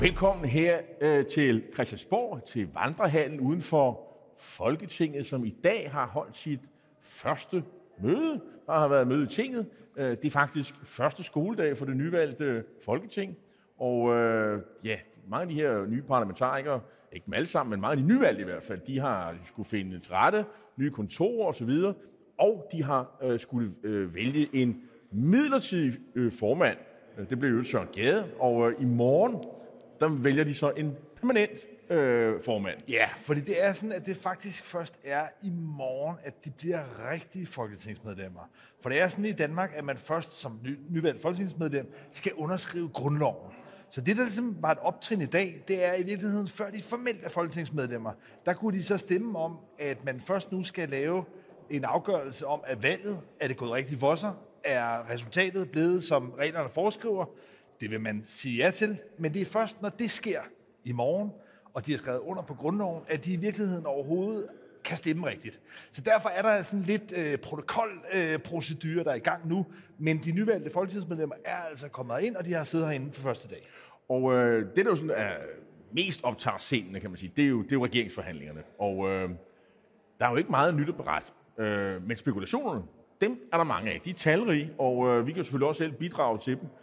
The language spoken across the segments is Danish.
Velkommen her til Christiansborg, til vandrehallen uden for Folketinget, som i dag har holdt sit første møde. Der har været møde i tinget. Det er faktisk første skoledag for det nyvalgte Folketing. Og mange af de her nye parlamentarikere, ikke dem alle sammen, men mange af de nyvalgte i hvert fald, de har skulle finde til rette, nye kontorer osv., og de har skulle vælge en midlertidig formand. Det blev jo Søren Gade, og i morgen, der vælger de så en permanent formand. Ja, fordi det er sådan, at det faktisk først er i morgen, at de bliver rigtige folketingsmedlemmer. For det er sådan i Danmark, at man først som nyvalgt folketingsmedlem skal underskrive grundloven. Så det, der ligesom var et optrin i dag, det er i virkeligheden, før de formelt er folketingsmedlemmer, der kunne de så stemme om, at man først nu skal lave en afgørelse om, at valget er det gået rigtigt for sig, er resultatet blevet, som reglerne foreskriver. Det vil man sige ja til, men det er først, når det sker i morgen, og de har skrevet under på grundloven, at de i virkeligheden overhovedet kan stemme rigtigt. Så derfor er der sådan lidt protokolprocedure, der er i gang nu, men de nyvalgte folketingsmedlemmer er altså kommet ind, og de har siddet herinde for første dag. Og det, der jo sådan er mest optager scenen, kan man sige, det er jo regeringsforhandlingerne. Og der er jo ikke meget nyt at berette, men spekulationerne, dem er der mange af. De er talrige, og vi kan selvfølgelig også selv bidrage til dem.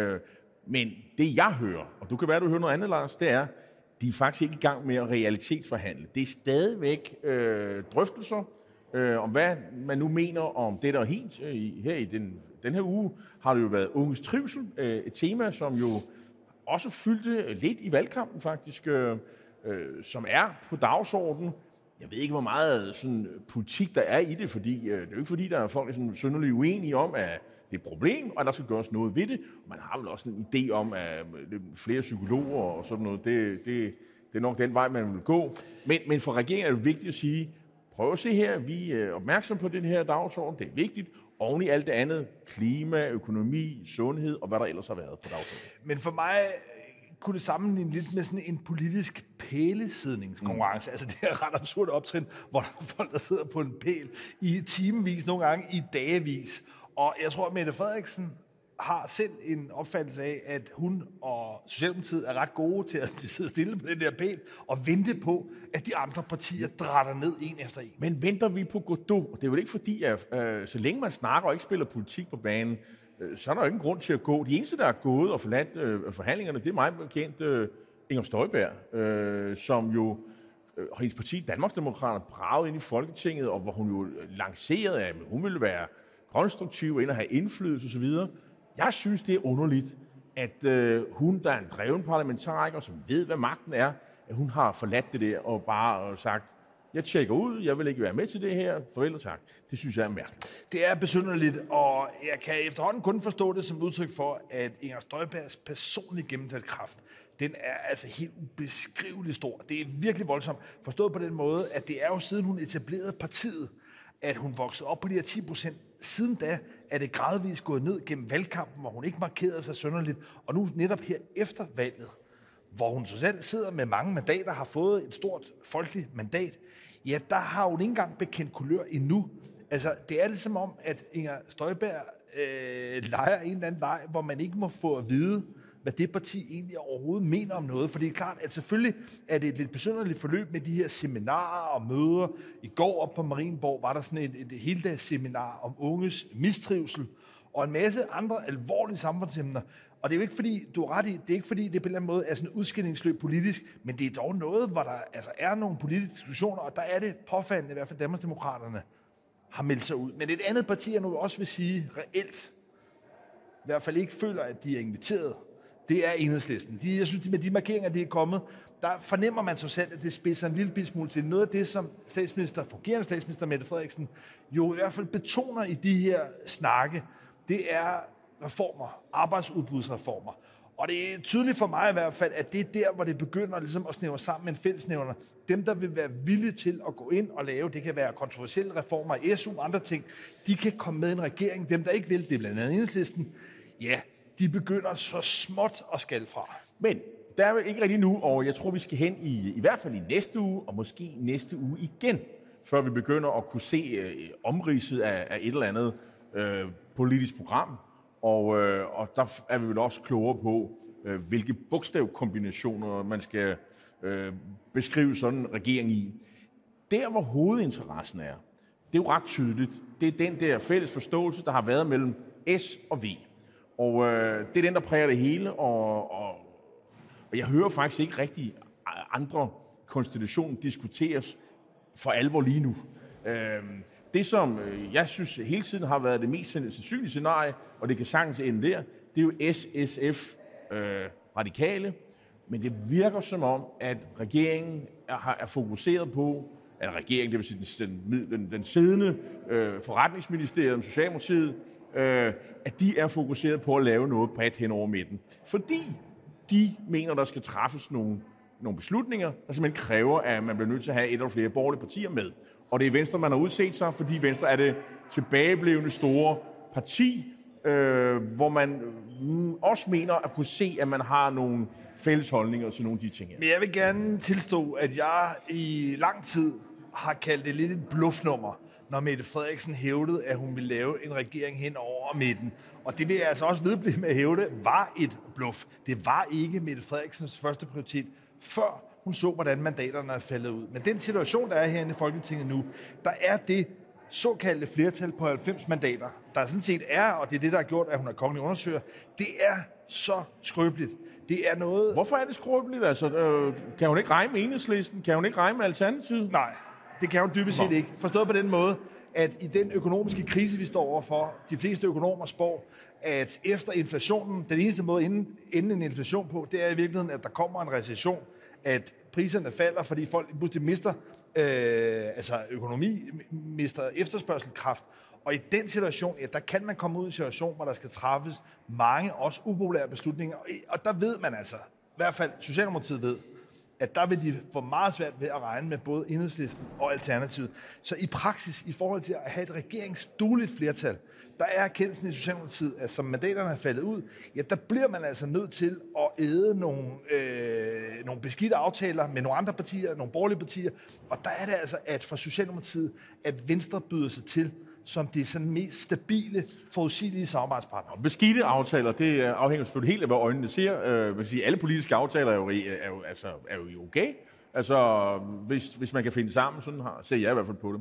Men det, jeg hører, og du kan være, du hører noget andet, Lars, det er, de er faktisk ikke i gang med at realitetsforhandle. Det er stadigvæk drøftelser om, hvad man nu mener om det, der er helt. Her i den her uge har det jo været unges trivsel, et tema, som jo også fyldte lidt i valgkampen faktisk, som er på dagsordenen. Jeg ved ikke, hvor meget sådan, politik der er i det, fordi det er jo ikke fordi, der er folk sådan synderligt uenige om, at det er et problem, og der skal gøres noget ved det. Man har vel også en idé om, at flere psykologer og sådan noget, det er nok den vej, man vil gå. Men for regeringen er det vigtigt at sige, prøv at se her, vi er opmærksom på den her dagsorden, det er vigtigt. Oven i alt det andet, klima, økonomi, sundhed og hvad der ellers har været på dagsordenen. Men for mig kunne det sammenligne lidt med sådan en politisk pælesidningskonkurrence. Altså det er ret absurd optrin, hvor der er folk, der sidder på en pæl i timevis, nogle gange i dagevis. Og jeg tror, at Mette Frederiksen har selv en opfattelse af, at hun og Socialdemokratiet er ret gode til at sidde stille på den der pæl og vente på, at de andre partier drætter ned en efter en. Men venter vi på Godot? Det er jo ikke fordi, at så længe man snakker og ikke spiller politik på banen, så er der jo ingen grund til at gå. De eneste, der er gået og forladt forhandlingerne, det er meget bekendt Inger Støjberg, som jo hendes parti, Danmarksdemokraterne, bragede ind i Folketinget, og hvor hun jo lancerede, at hun ville være konstruktiv og ind og have indflydelse osv. Jeg synes, det er underligt, at hun, der er en dreven parlamentariker, som ved, hvad magten er, at hun har forladt det der og bare sagt, jeg tjekker ud, jeg vil ikke være med til det her, farvel og tak. Det synes jeg er mærkeligt. Det er besynderligt, og jeg kan efterhånden kun forstå det som udtryk for, at Inger Støjbergs personlige gennemslagskraft, den er altså helt ubeskriveligt stor. Det er virkelig voldsomt. Forstået på den måde, at det er jo siden hun etablerede partiet, at hun voksede op på de her 10%. Siden da er det gradvist gået ned gennem valgkampen, hvor hun ikke markerede sig synderligt. Og nu netop her efter valget, hvor hun så selv sidder med mange mandater, har fået et stort folkeligt mandat, ja, der har hun ikke engang bekendt kulør endnu. Altså, det er ligesom om, at Inger Støjberg leger en eller anden leg, hvor man ikke må få at vide, hvad det parti egentlig overhovedet mener om noget. For det er klart, at selvfølgelig er det et lidt besynderligt forløb med de her seminarer og møder. I går op på Marienborg var der sådan et heldagsseminar om unges mistrivsel og en masse andre alvorlige samfundsemner. Og det er jo ikke fordi, du har ret i, det er ikke fordi, det på en eller anden måde er sådan et udskillingsløb politisk, men det er dog noget, hvor der altså er nogle politiske diskussioner, og der er det påfaldende, i hvert fald Danmarksdemokraterne har meldt sig ud. Men et andet parti, jeg nu også vil sige reelt, i hvert fald ikke føler, at de er inviteret, det er Enhedslisten. Jeg synes, med de markeringer, de er kommet, der fornemmer man så selv, at det spidser en lille smule til noget af det, som fungerende statsminister Mette Frederiksen jo i hvert fald betoner i de her snakke, det er reformer, arbejdsudbudsreformer. Og det er tydeligt for mig i hvert fald, at det er der, hvor det begynder ligesom at snævre sammen med en fællesnævner. Dem, der vil være villige til at gå ind og lave, det kan være kontroversielle reformer, SU og andre ting, de kan komme med i en regering. Dem, der ikke vil, det er blandt andet Enhedslisten, ja, de begynder så småt at skal fra. Men der er ikke rigtig nu, og jeg tror, vi skal hen i hvert fald i næste uge, og måske næste uge igen, før vi begynder at kunne se omridset af et eller andet politisk program. Og der er vi vel også klogere på, hvilke bogstavkombinationer man skal beskrive sådan en regering i. Der, hvor hovedinteressen er, det er jo ret tydeligt. Det er den der fælles forståelse, der har været mellem S og V. Og det er den, der præger det hele, og jeg hører faktisk ikke rigtig andre konstitutioner diskuteres for alvor lige nu. Det, som jeg synes hele tiden har været det mest sandsynlige scenarie, og det kan sagtens ende der, det er jo SSF radikale, men det virker som om, at regeringen er fokuseret på, at regeringen, det vil sige den siddende forretningsministerium, Socialdemokratiet, at de er fokuseret på at lave noget bredt hen over midten. Fordi de mener, der skal træffes nogle beslutninger, der simpelthen kræver, at man bliver nødt til at have et eller flere borgerlige partier med. Og det er Venstre, man har udset sig, fordi Venstre er det tilbageblevende store parti, hvor man også mener at kunne se, at man har nogle fælles holdninger til nogle af de ting her. Men jeg vil gerne tilstå, at jeg i lang tid har kaldt det lidt et bluffnummer, når Mette Frederiksen hævdede, at hun ville lave en regering hen over midten. Og det vil jeg altså også vedblive med at hævde, var et bluff. Det var ikke Mette Frederiksens første prioritet, før hun så, hvordan mandaterne er faldet ud. Men den situation, der er herinde i Folketinget nu, der er det såkaldte flertal på 90 mandater, der sådan set er, og det er det, der har gjort, at hun er kongelig undersøger, det er så skrøbeligt. Det er noget... Hvorfor er det skrøbeligt? Altså, kan hun ikke regne med Enhedslisten? Kan hun ikke regne med Alternativet? Nej, det kan hun dybest set ikke. Forstået på den måde, at i den økonomiske krise, vi står overfor, de fleste økonomer spår, at efter inflationen, den eneste måde inden en inflation på, det er i virkeligheden, at der kommer en recession, at priserne falder, fordi folk pludselig mister økonomi, mister efterspørgselskraft. Og i den situation, ja, der kan man komme ud i en situation, hvor der skal træffes mange også upopulære beslutninger. Og der ved man altså, i hvert fald Socialdemokratiet ved, at der vil de få meget svært ved at regne med både Enhedslisten og Alternativet. Så i praksis, i forhold til at have et regeringsdueligt flertal, der er erkendelsen i Socialdemokratiet, at som mandaterne er faldet ud, ja, der bliver man altså nødt til at æde nogle beskidte aftaler med nogle andre partier, nogle borgerlige partier. Og der er det altså, at for Socialdemokratiet, at Venstre byder sig til som det sådan mest stabile, forudsigelige samarbejdspartner. Beskidte aftaler, det afhænger selvfølgelig helt af, hvad øjnene ser. Alle politiske aftaler er jo okay. Altså, hvis man kan finde sammen, sådan ser jeg i hvert fald på det.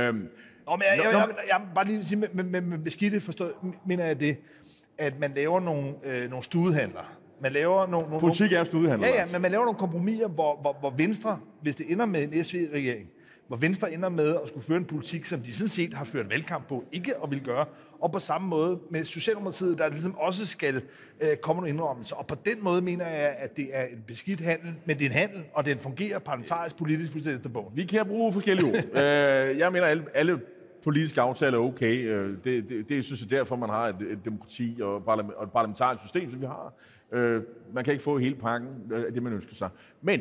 Jeg bare lige sige, med beskidte forstået, mener jeg det, at man laver nogle studehandler. Man laver politik er studehandler. Ja, men man laver nogle kompromiser, hvor Venstre, hvis det ender med en SV-regering, hvor Venstre ender med at skulle føre en politik, som de sådan set har ført valgkamp på, ikke at vil gøre, og på samme måde med Socialdemokratiet, der ligesom også skal komme nogle indrømmelser. Og på den måde mener jeg, at det er en beskidt handel, men det er en handel, og den fungerer parlamentarisk politisk fuldstændig efter bogen. Vi kan bruge forskellige ord. Jeg mener, at alle politiske aftaler er okay. Det synes jeg derfor, man har et demokrati og et parlamentarisk system, som vi har. Man kan ikke få hele pakken af det, man ønsker sig. Men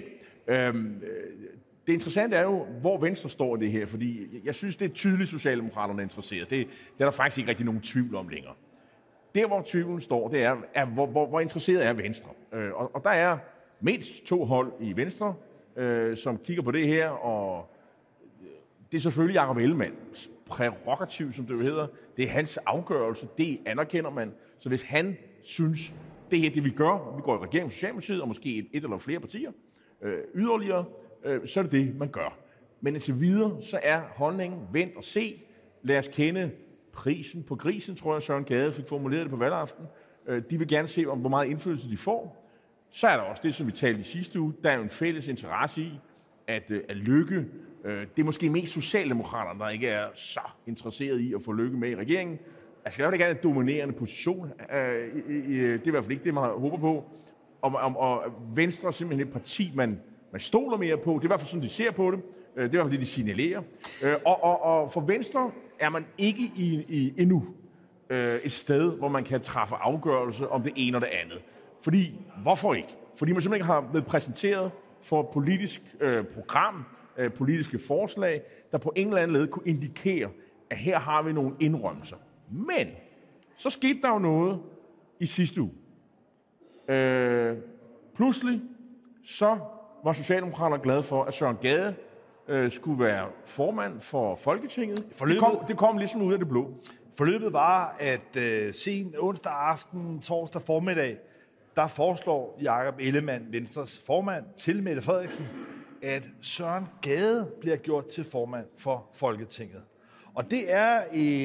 det interessante er jo, hvor Venstre står i det her, fordi jeg synes, det er tydeligt, Socialdemokraterne er interesseret. Det er der faktisk ikke rigtig nogen tvivl om længere. Der, hvor tvivlen står, det er hvor interesseret er Venstre. Og der er mindst 2 hold i Venstre, som kigger på det her, og det er selvfølgelig Jakob Ellemanns prærogativ, som det jo hedder. Det er hans afgørelse, det anerkender man. Så hvis han synes, det her det vi gør, vi går i regering med Socialdemokratiet, og måske et eller flere partier yderligere, så er det det, man gør. Men indtil videre, så er holdningen vent og se. Lad os kende prisen på grisen, tror jeg, Søren Gade fik formuleret det på valgaften. De vil gerne se, hvor meget indflydelse de får. Så er der også det, som vi talte i sidste uge. Der er jo en fælles interesse i, at Løkke, det er måske mest Socialdemokraterne, der ikke er så interesseret i at få Løkke med i regeringen. Jeg skal i hvert fald ikke have en dominerende position. Det er i hvert fald ikke det, man håber på. Og Venstre er simpelthen et parti, man stoler mere på. Det er i hvert fald sådan, de ser på det. Det er i hvert fald det, de signalerer. Og for Venstre er man ikke endnu et sted, hvor man kan træffe afgørelse om det ene og det andet. Fordi, hvorfor ikke? Fordi man simpelthen har blevet præsenteret for et politisk program, politiske forslag, der på en eller anden led kunne indikere, at her har vi nogle indrømmelser. Men så skete der jo noget i sidste uge. Pludselig så var Socialdemokraterne glade for, at Søren Gade skulle være formand for Folketinget. Det kom ligesom ud af det blå. Forløbet var, at sen onsdag aften, torsdag formiddag, der foreslår Jakob Ellemann, Venstres formand, til Mette Frederiksen, at Søren Gade bliver gjort til formand for Folketinget. Og det er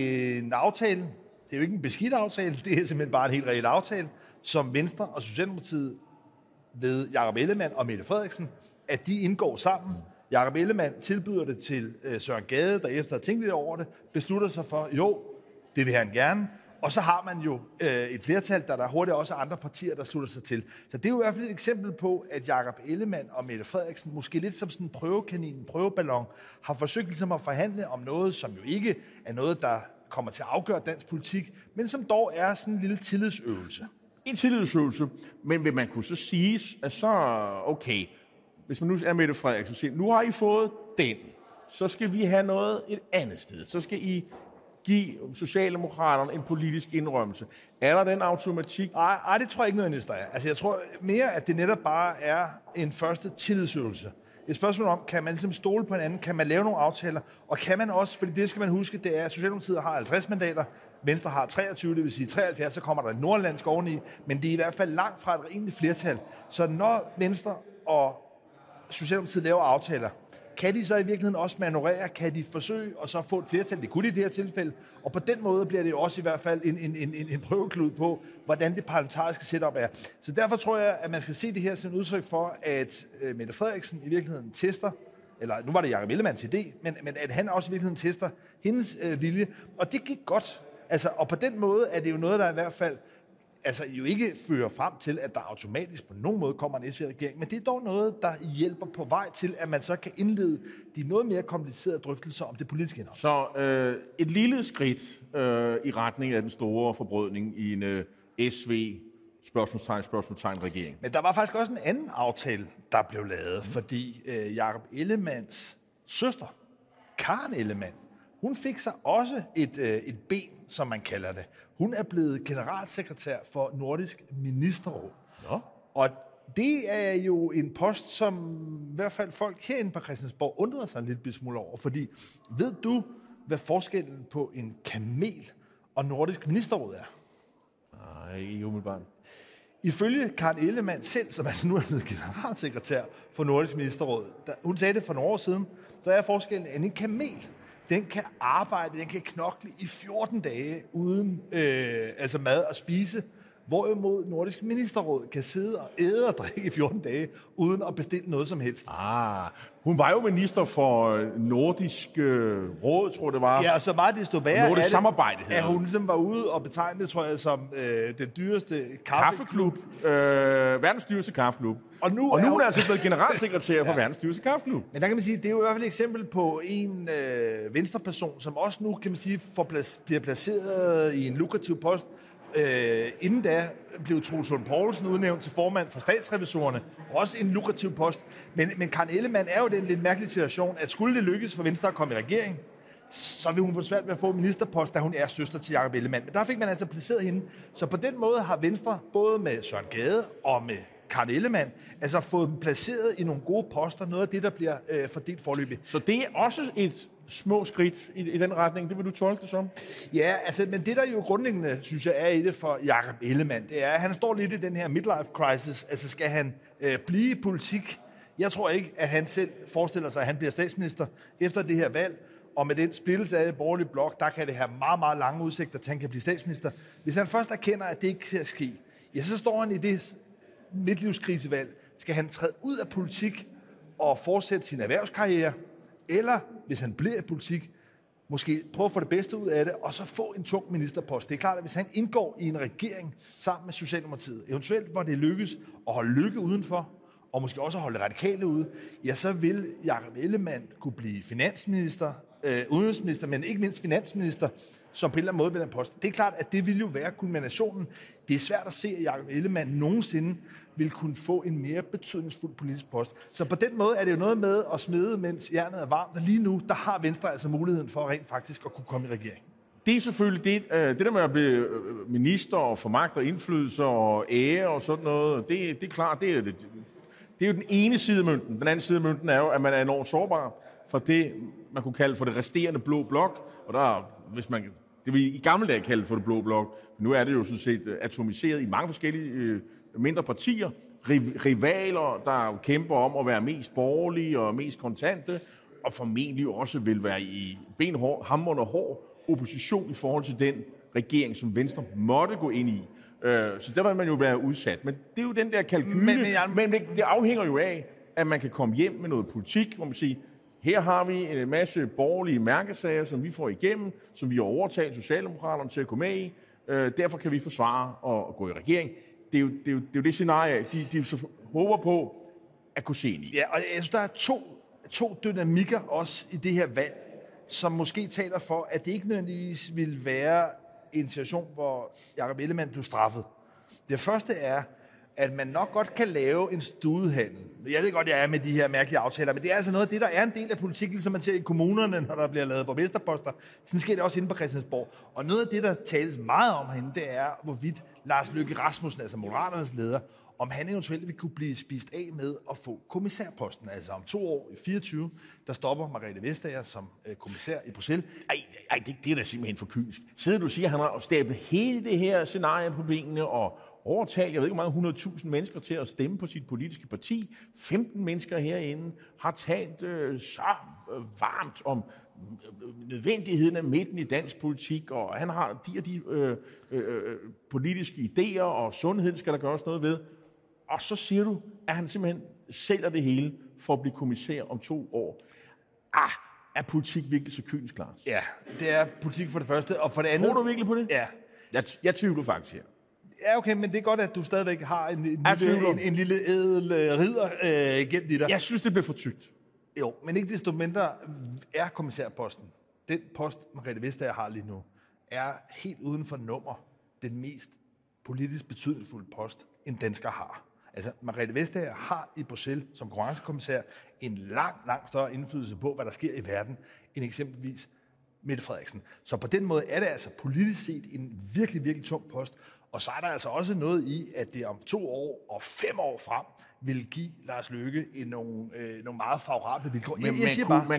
en aftale, det er jo ikke en beskidt aftale, det er simpelthen bare en helt reel aftale, som Venstre og Socialdemokratiet ved Jakob Ellemann og Mette Frederiksen, at de indgår sammen. Jakob Ellemann tilbyder det til Søren Gade, der efter at have tænkt lidt over det, beslutter sig for, jo, det vil han gerne. Og så har man jo et flertal, der hurtigt også er andre partier, der slutter sig til. Så det er jo i hvert fald et eksempel på, at Jakob Ellemann og Mette Frederiksen, måske lidt som sådan en prøvekanin, en prøveballon, har forsøgt ligesom at forhandle om noget, som jo ikke er noget, der kommer til at afgøre dansk politik, men som dog er sådan en lille tillidsøvelse. En tillidsøvelse, men vil man kunne så sige, at så, okay, hvis man nu er Mette Frederiksen, så siger, nu har I fået den, så skal vi have noget et andet sted. Så skal I give Socialdemokraterne en politisk indrømmelse. Er der den automatik? Nej, det tror jeg ikke nødvendigvis, der er. Altså, jeg tror mere, at det netop bare er en første tillidsøvelse. Et spørgsmål om, kan man ligesom stole på hinanden? Kan man lave nogle aftaler? Og kan man også, fordi det skal man huske, det er, at Socialdemokratiet har 50 mandater, Venstre har 23, det vil sige 73, så kommer der et nordlandsk oveni, men det er i hvert fald langt fra et egentligt flertal. Så når Venstre og Socialdemokratiet laver aftaler, kan de så i virkeligheden også manøvrere? Kan de forsøge og så få et flertal? Det kunne de i det her tilfælde. Og på den måde bliver det jo også i hvert fald en prøveklud på, hvordan det parlamentariske setup er. Så derfor tror jeg, at man skal se det her som et udtryk for, at Mette Frederiksen i virkeligheden tester, eller nu var det Jakob Ellemanns idé, men at han også i virkeligheden tester hendes vilje. Og det gik godt. Altså, og på den måde er det jo noget, der i hvert fald jo ikke fører frem til, at der automatisk på nogen måde kommer en SV-regering, men det er dog noget, der hjælper på vej til, at man så kan indlede de noget mere komplicerede drøftelser om det politiske indhold. Så et lille skridt i retning af den store forbrødring i en SV spørgsmålstegn regering. Men der var faktisk også en anden aftale, der blev lavet, fordi Jakob Ellemanns søster, Karen Ellemann, hun fik sig også et ben, som man kalder det. Hun er blevet generalsekretær for Nordisk Ministerråd. Ja. Og det er jo en post, som i hvert fald folk herinde på Christiansborg undrede sig en lille smule over. Fordi ved du, hvad forskellen på en kamel og Nordisk Ministerråd er? Nej, ikke umiddelbart. Ifølge Karen Ellemann selv, som altså nu er blevet generalsekretær for Nordisk Ministerråd, hun sagde det for nogle år siden, så er forskellen, at en kamel, den kan arbejde, den kan knokle i 14 dage uden mad og spise, hvorimod Nordisk Ministerråd kan sidde og æde og drikke i 14 dage, uden at bestille noget som helst. Hun var jo minister for Nordisk Råd, tror jeg det var. Ja, og så meget desto værre Nordisk samarbejde at hun ligesom var ude og betegne det, tror jeg, som den dyreste kaffeklub. Verdens dyreste kaffeklub. Og nu er hun altså blevet generalsekretær for verdens dyreste kaffeklub. Men der kan man sige, det er jo i hvert fald et eksempel på en venstreperson, som også nu, kan man sige, bliver placeret i en lukrativ post. Inden da blev Troels Lund Poulsen udnævnt til formand for statsrevisorerne. Også en lukrativ post. Men Karen Ellemann er jo den lidt mærkelige situation, at skulle det lykkes for Venstre at komme i regering, så vil hun få svært ved at få ministerpost, da hun er søster til Jakob Ellemann. Men der fik man altså placeret hende. Så på den måde har Venstre, både med Søren Gade og med Karen Ellemann, altså fået dem placeret i nogle gode poster, noget af det, der bliver fordelt forløbig. Så det er også et små skridt i den retning, det vil du tolke det som? Ja, altså, men det der jo grundlæggende, synes jeg, er i det for Jakob Ellemann, det er, at han står lidt i den her midlife crisis. Altså, skal han blive i politik? Jeg tror ikke, at han selv forestiller sig, at han bliver statsminister efter det her valg, og med den splittelse af det borgerlige blok, der kan det have meget, meget lange udsigter til, at han kan blive statsminister. Hvis han først erkender, at det ikke kan ske, ja, så står han i det midtlivskrisevalg. Skal han træde ud af politik og fortsætte sin erhvervskarriere, eller hvis han bliver i politik, måske prøve at få det bedste ud af det, og så få en tung ministerpost. Det er klart, at hvis han indgår i en regering sammen med Socialdemokratiet, eventuelt hvor det lykkes at holde Løkke udenfor, og måske også at holde Radikale ude, ja, så vil Jakob Ellemann kunne blive finansminister, udenrigsminister, men ikke mindst finansminister, som på en eller anden måde vil have en post. Det er klart, at det vil jo være kulminationen. Det er svært at se, at Jakob Ellemann nogensinde vil kunne få en mere betydningsfuld politisk post. Så på den måde er det jo noget med at smede, mens jernet er varmt. Og lige nu, der har Venstre altså muligheden for rent faktisk at kunne komme i regering. Det er selvfølgelig det der med at blive minister og få magt og indflydelse og ære og sådan noget. Det er klart, det er jo den ene side af mønten. Den anden side af mønten er jo, at man er enormt sårbar for det, man kunne kalde for det resterende blå blok. Og der, det vil i gamle dage kalde for det blå blok. Nu er det jo sådan set atomiseret i mange forskellige mindre partier, rivaler, der kæmper om at være mest borgerlige og mest kontante, og formentlig også vil være i hamrende hård opposition i forhold til den regering, som Venstre måtte gå ind i. Så der vil man jo være udsat. Men det er jo den der kalkyle. Men det afhænger jo af, at man kan komme hjem med noget politik, hvor man siger, her har vi en masse borgerlige mærkesager, som vi får igennem, som vi har overtalt Socialdemokraterne til at gå med i. Derfor kan vi forsvare at gå i regering. Det er jo det scenarie, de så håber på at kunne se ind i. Ja, og jeg synes, der er to dynamikker også i det her valg, som måske taler for, at det ikke nødvendigvis vil være en situation, hvor Jakob Ellemann blev straffet. Det første er, at man nok godt kan lave en studehandel. Jeg ved godt, jeg er med de her mærkelige aftaler, men det er altså noget af det, der er en del af politik, ligesom man ser i kommunerne, når der bliver lavet borgmesterposter. Sådan sker det også inde på Christiansborg. Og noget af det, der tales meget om herinde, det er, hvorvidt Lars Løkke Rasmussen, altså Moderaternes leder, om han eventuelt vil kunne blive spist af med at få kommissærposten. Altså om 2 år, i 24, der stopper Margrethe Vestager som kommissær i Bruxelles. Det er da simpelthen for kynisk. Sidder du og siger, at han har stablet hele det her scenarie på benene og overtalt, jeg ved ikke hvor mange 100.000 mennesker til at stemme på sit politiske parti. 15 mennesker herinde har talt så varmt om nødvendigheden af midten i dansk politik, og han har de politiske idéer, og sundhed skal der gøres noget ved. Og så siger du, at han simpelthen sælger det hele for at blive kommissær om 2 år. Er politik virkelig så kynisk, Lars? Ja, det er politik for det første, og for det andet... Tror du virkelig på det? Ja. Jeg tvivler faktisk her. Ja, okay, men det er godt, at du stadigvæk har en lille ædel ridder gemt i dig. Jeg synes, det bliver for tykt. Jo, men ikke desto mindre er kommissærposten, den post, Margrethe Vestager har lige nu, er helt uden for nummer den mest politisk betydningsfulde post, en dansker har. Altså, Margrethe Vestager har i Bruxelles som konkurrencekommissær en langt større indflydelse på, hvad der sker i verden, end eksempelvis Mette Frederiksen. Så på den måde er det altså politisk set en virkelig tung post. Og så er der altså også noget i, at det om 2 år og 5 år frem vil give Lars Løkke nogle meget favorable vilkår. Man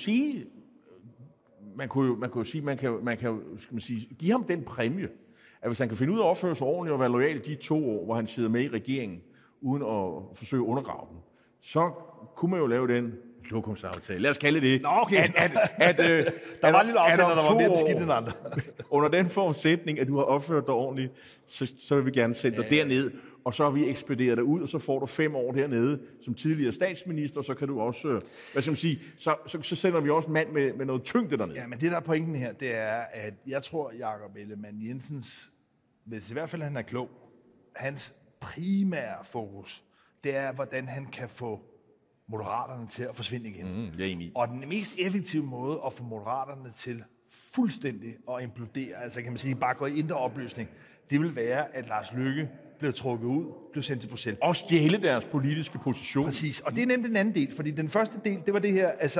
kan give ham den præmie, at hvis han kan finde ud af at opføre sig ordentligt og være loyal de 2 år, hvor han sidder med i regeringen, uden at forsøge at undergrave den, så kunne man jo lave den lokumsaftale. Lad os kalde det. Nå, okay. Der var en lille aftale, der var mere beskidt end andre. Under den forudsætning, at du har opført dig ordentligt, så vil vi gerne sende dig derned, og så har vi ekspederet dig ud, og så får du 5 år dernede som tidligere statsminister, og så kan du også, hvad skal man sige, så sender vi også en mand med noget tyngde dernede. Ja, men det der er pointen her, det er, at jeg tror, Jakob Ellemann Jensens, hvis i hvert fald han er klog, hans primære fokus, det er, hvordan han kan få Moderaterne til at forsvinde igen. Jeg er enig. Og den mest effektive måde at få Moderaterne til fuldstændig at implodere, altså kan man sige, bare gå i indre opløsning, det vil være, at Lars Løkke blev trukket ud, blev sendt til Bruxelles. Og stjæle deres politiske position. Præcis, og det er nemlig den anden del, fordi den første del, det var det her, altså,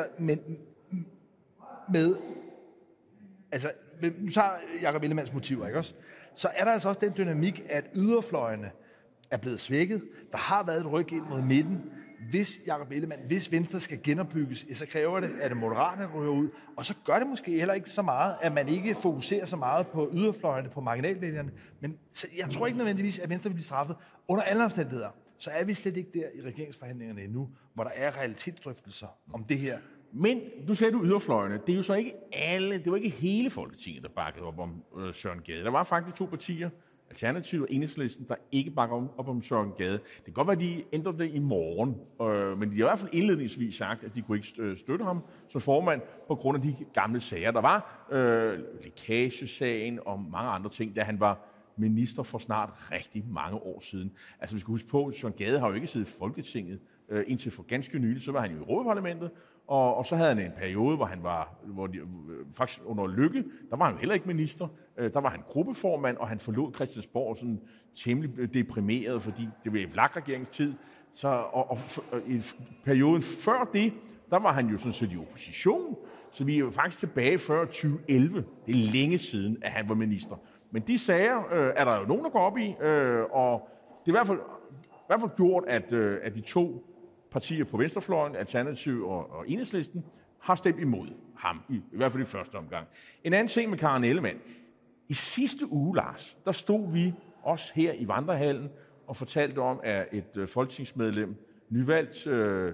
nu tager Jakob Ellemanns motiver, ikke også? Så er der altså også den dynamik, at yderfløjene er blevet svækket. Der har været et ryg ind mod midten. Hvis Venstre skal genopbygges, så kræver det, at Moderaterne ryger ud, og så gør det måske heller ikke så meget, at man ikke fokuserer så meget på yderfløjene, på marginalvælgerne. Men jeg tror ikke nødvendigvis, at Venstre vil blive straffet. Under alle omstændigheder, så er vi slet ikke der i regeringsforhandlingerne endnu, hvor der er realitetsdrøftelser om det her. Men nu sagde du yderfløjene. Det er jo så ikke alle, det var ikke hele Folketinget, der bakkede op om Søren Gade. Der var faktisk 2 partier, Alternativet og Enhedslisten, der ikke bakker op om Søren Gade. Det kan godt være, at de ændrer det i morgen, men de har i hvert fald indledningsvis sagt, at de kunne ikke støtte ham som formand på grund af de gamle sager, der var. Lækagesagen og mange andre ting, da han var minister for snart rigtig mange år siden. Altså vi skal huske på, at Søren Gade har jo ikke siddet i Folketinget indtil for ganske nylig, så var han jo i Europaparlamentet, og så havde han en periode, hvor faktisk under Løkke, der var han jo heller ikke minister, der var han gruppeformand, og han forlod Christiansborg sådan temmelig deprimeret, fordi det var i VLAK-regeringens tid. Og i perioden før det, der var han jo sådan set i opposition, så vi er jo faktisk tilbage før 2011. Det er længe siden, at han var minister. Men de sager er der jo nogen, der går op i, og det er i hvert fald gjort, at de 2 partier på venstrefløjen, Alternativ og Enhedslisten, har stemt imod ham, i hvert fald i første omgang. En anden ting med Karen Ellemann. I sidste uge, Lars, der stod vi også her i Vandrehallen og fortalte om, at et folketingsmedlem, nyvalgt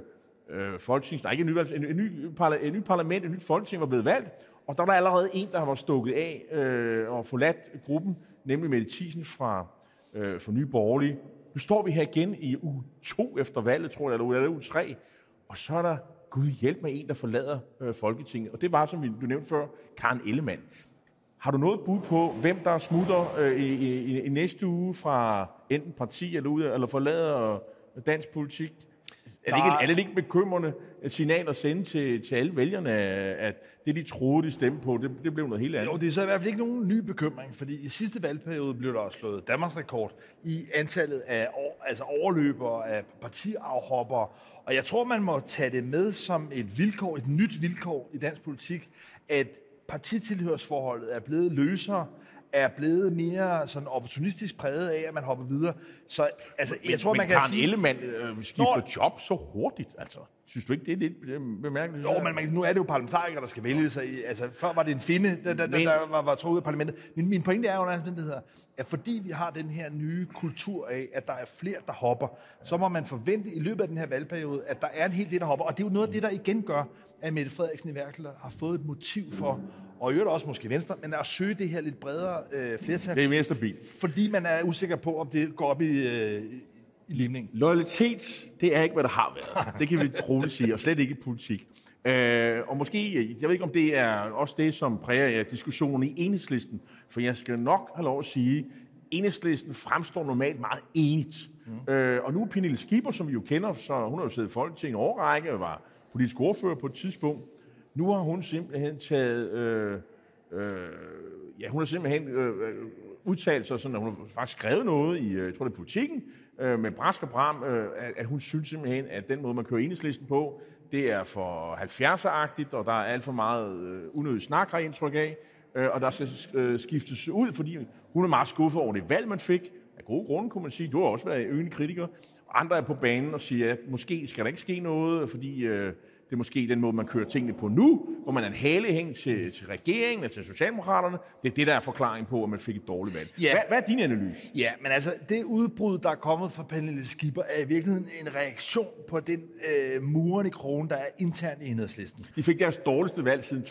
ikke nyvalgt, en ny parlament, et nyt folketing var blevet valgt, og der var allerede en, der var stukket af og forladt gruppen, nemlig Mette Thiesen fra Nye Borgerlige. Nu står vi her igen i uge 2 efter valget, tror jeg, eller uge 3, og så er der Gud hjælp med en, der forlader Folketinget. Og det var, som du nævnte før, Karen Ellemann. Har du noget bud på, hvem der smutter i næste uge fra enten parti eller forlader dansk politik? Er det ikke bekymrende signal at sende til alle vælgerne, at det, de troede, de stemte på, det blev noget helt andet? Jo, det er så i hvert fald ikke nogen ny bekymring, fordi i sidste valgperiode blev der også slået Danmarks rekord i antallet af overløbere, af partiafhoppere. Og jeg tror, man må tage det med som et vilkår, et nyt vilkår i dansk politik, at partitilhørsforholdet er blevet løsere, er blevet mere sådan opportunistisk præget af, at man hopper videre. Så altså, jeg tror, man kan sige... Men Karen Ellemann skifter job så hurtigt, altså. Synes du ikke, det er lidt bemærkeligt? Jo, men nu er det jo parlamentarikere, der skal vælge sig. Altså, før var det en finde, der var trukket ud af parlamentet. Min pointe er jo, at fordi vi har den her nye kultur af, at der er flere, der hopper, så må man forvente i løbet af den her valgperiode, at der er en hel del, der hopper. Og det er jo noget af det, der igen gør, at Mette Frederiksen i hvert fald har fået et motiv for, og i øvrigt også måske Venstre, men at søge det her lidt bredere flertal. Det er mere stabilt. Fordi man er usikker på, om det går op i limning. Loyalitet, det er ikke, hvad der har været. Det kan vi roligt sige, og slet ikke i politik. Og måske, jeg ved ikke, om det er også det, som præger diskussionen i Enhedslisten, for jeg skal nok have lov at sige, Enhedslisten fremstår normalt meget enigt. Og nu er Pernille Skipper, som vi jo kender, så hun har jo siddet i Folketinget en årrække og var politisk ordfører på et tidspunkt. Nu har hun simpelthen taget... hun har simpelthen udtalt sig sådan, at hun har faktisk skrevet noget i, jeg tror det er Politikken, med brask og bram, at hun synes simpelthen, at den måde, man kører Enhedslisten på, det er for 70'er-agtigt, og der er alt for meget unødig snak, har jeg indtryk af, og der skal skiftes ud, fordi hun er meget skuffet over det valg, man fik. Af gode grunde, kunne man sige. Du har også været øgende kritiker. Andre er på banen og siger, at måske skal der ikke ske noget, fordi det er måske den måde, man kører tingene på nu, hvor man er en halehæng til regeringen og til Socialdemokraterne. Det er det, der er forklaring på, at man fik et dårligt valg. Ja. Hvad er din analyse? Ja, men altså, det udbrud, der er kommet fra Pernille Skipper, er i virkeligheden en reaktion på den murende krone, der er internt i Enhedslisten. De fik deres dårligste valg siden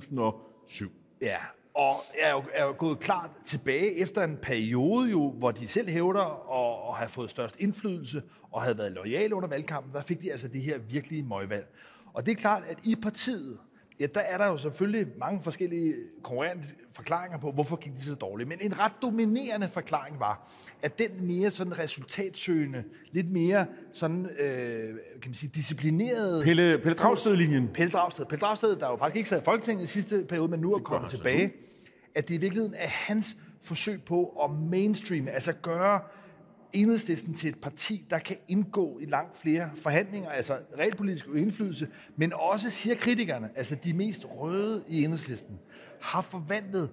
2007. Ja, og er jo gået klart tilbage efter en periode, jo, hvor de selv hævder at have fået størst indflydelse og havde været loyale under valgkampen. Der fik de altså det her virkelige møgvalg. Og det er klart, at i partiet, ja, der er der jo selvfølgelig mange forskellige konkurrerende forklaringer på, hvorfor gik det så dårligt. Men en ret dominerende forklaring var, at den mere sådan resultatsøgende, lidt mere sådan, kan man sige, disciplinerede... Pelle Dragsted-linjen. Pelle Dragsted, der jo faktisk ikke sad i Folketinget i sidste periode, men nu er kommet tilbage. At det i virkeligheden er hans forsøg på at mainstreame, altså gøre Enhedslisten til et parti, der kan indgå i langt flere forhandlinger, altså realpolitisk indflydelse, men også, siger kritikerne, altså de mest røde i Enhedslisten, har forvandlet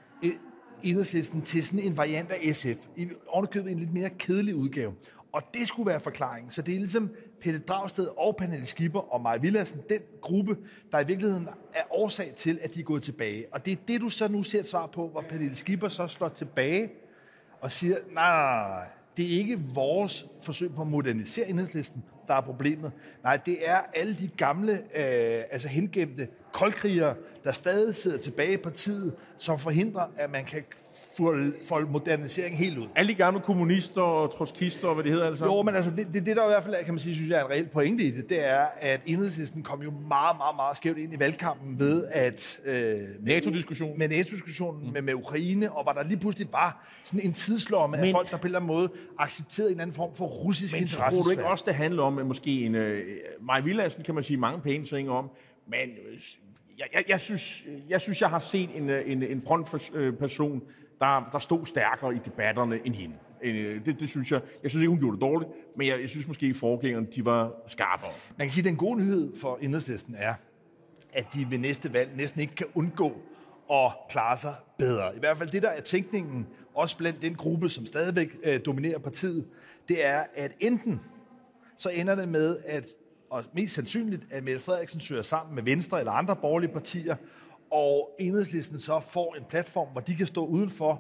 Enhedslisten til sådan en variant af SF, i ovenikøbet en lidt mere kedelig udgave. Og det skulle være forklaringen. Så det er ligesom Pelle Dragsted og Pernille Skipper og Maja Villadsen, den gruppe, der i virkeligheden er årsag til, at de er gået tilbage. Og det er det, du så nu ser et svar på, hvor Pernille Skipper så slår tilbage og siger, nej. Det er ikke vores forsøg på at modernisere Enhedslisten, der er problemet. Nej, det er alle de gamle, hengemte koldkrigere, der stadig sidder tilbage i partiet, som forhindrer, at man kan få modernisering helt ud. Alle de gamle kommunister og trotskister og hvad det hedder altså. Jo, men altså det der i hvert fald, kan man sige, synes jeg er en reel pointe i det, det er, at Enhedslisten kom jo meget, meget, meget skævt ind i valgkampen ved at... NATO-diskussionen. Med NATO-diskussionen, med Ukraine, og hvor der lige pludselig var sådan en tidslomme af folk, der på en eller anden måde accepterede en anden form for russisk interesse. Men tror du ikke også, det handler om, at måske en... Maja Villadsen kan man sige mange pæne ting om, men jeg synes, jeg har set en frontperson, der stod stærkere i debatterne end hende. Det synes jeg. Jeg synes ikke, hun gjorde det dårligt, men jeg synes måske, at forgængerne de var skarpere. Man kan sige, at den gode nyhed for Enhedslisten er, at de ved næste valg næsten ikke kan undgå at klare sig bedre. I hvert fald det, der er tænkningen, også blandt den gruppe, som stadigvæk dominerer partiet, det er, at enten så ender det med, og mest sandsynligt, at Mette Frederiksen søger sammen med Venstre eller andre borgerlige partier, og Enhedslisten så får en platform, hvor de kan stå udenfor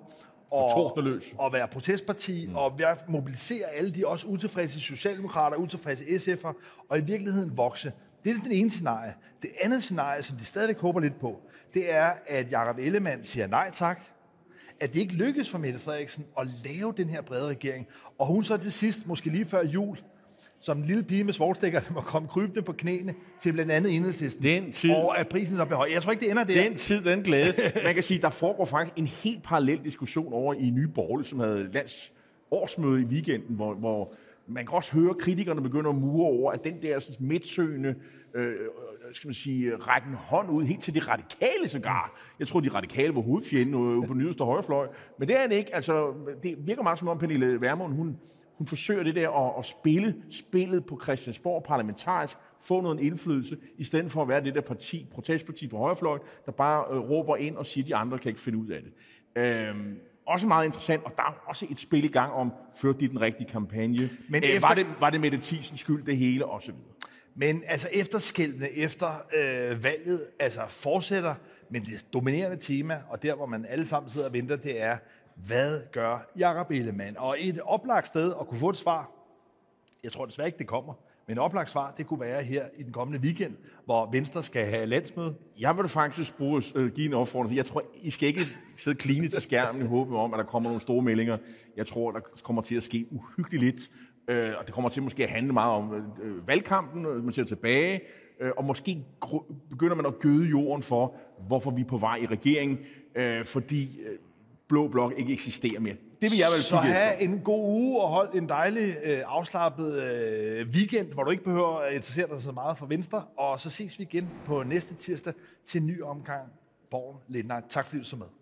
og være protestparti, og mobilisere alle de også utilfredse socialdemokrater, utilfredse SF'er, og i virkeligheden vokse. Det er den ene scenarie. Det andet scenarie, som de stadigvæk håber lidt på, det er, at Jakob Ellemann siger nej tak, at det ikke lykkes for Mette Frederiksen at lave den her brede regering, og hun så til sidst, måske lige før jul, som en lille pige med svovlstikkerne, må komme krybende på knæene til blandt andet Enhedslisten, og at prisen så behøjer. Jeg tror ikke, det ender der. Den tid, den glæde. Man kan sige, der foregår faktisk en helt parallel diskussion over i Nye Borgerlige, som havde lands årsmøde i weekenden, hvor man kan også høre kritikerne begynde at mure over, at den der sådan, midtsøgende, skal man sige, rækken hånd ud helt til de radikale sågar. Jeg tror, de radikale var hovedfjenden på den yderste højrefløj, men det er det ikke. Altså, det virker meget som om Pernille Vermund, hun forsøger det der at spille spillet på Christiansborg parlamentarisk, få noget indflydelse, i stedet for at være det der protestparti på højrefløjen, der bare råber ind og siger, at de andre kan ikke finde ud af det. Også meget interessant, og der er også et spil i gang om, førte de den rigtige kampagne? Men var det Mette Thiesens skyld, det hele, og så videre? Men altså efterskælvene efter valget altså fortsætter, men det dominerende tema, og der hvor man alle sammen sidder og venter, det er, hvad gør Jakob Ellemann? Og et oplagt sted at kunne få et svar, jeg tror desværre ikke, det kommer, men et oplagt svar, det kunne være her i den kommende weekend, hvor Venstre skal have landsmøde. Jeg vil faktisk give en opfordring. Jeg tror, I skal ikke sidde kline til skærmen i håbet om, at der kommer nogle store meldinger. Jeg tror, der kommer til at ske uhyggeligt lidt, og det kommer til måske at handle meget om valgkampen, man ser tilbage, og måske begynder man at gøde jorden for, hvorfor vi er på vej i regeringen, fordi Blå Blok ikke eksisterer mere. Det vil jeg vel så have en god uge og holde en dejlig afslappet weekend, hvor du ikke behøver at interessere dig så meget for Venstre, og så ses vi igen på næste tirsdag til en ny omgang Borgen Late Night. Tak fordi du så med.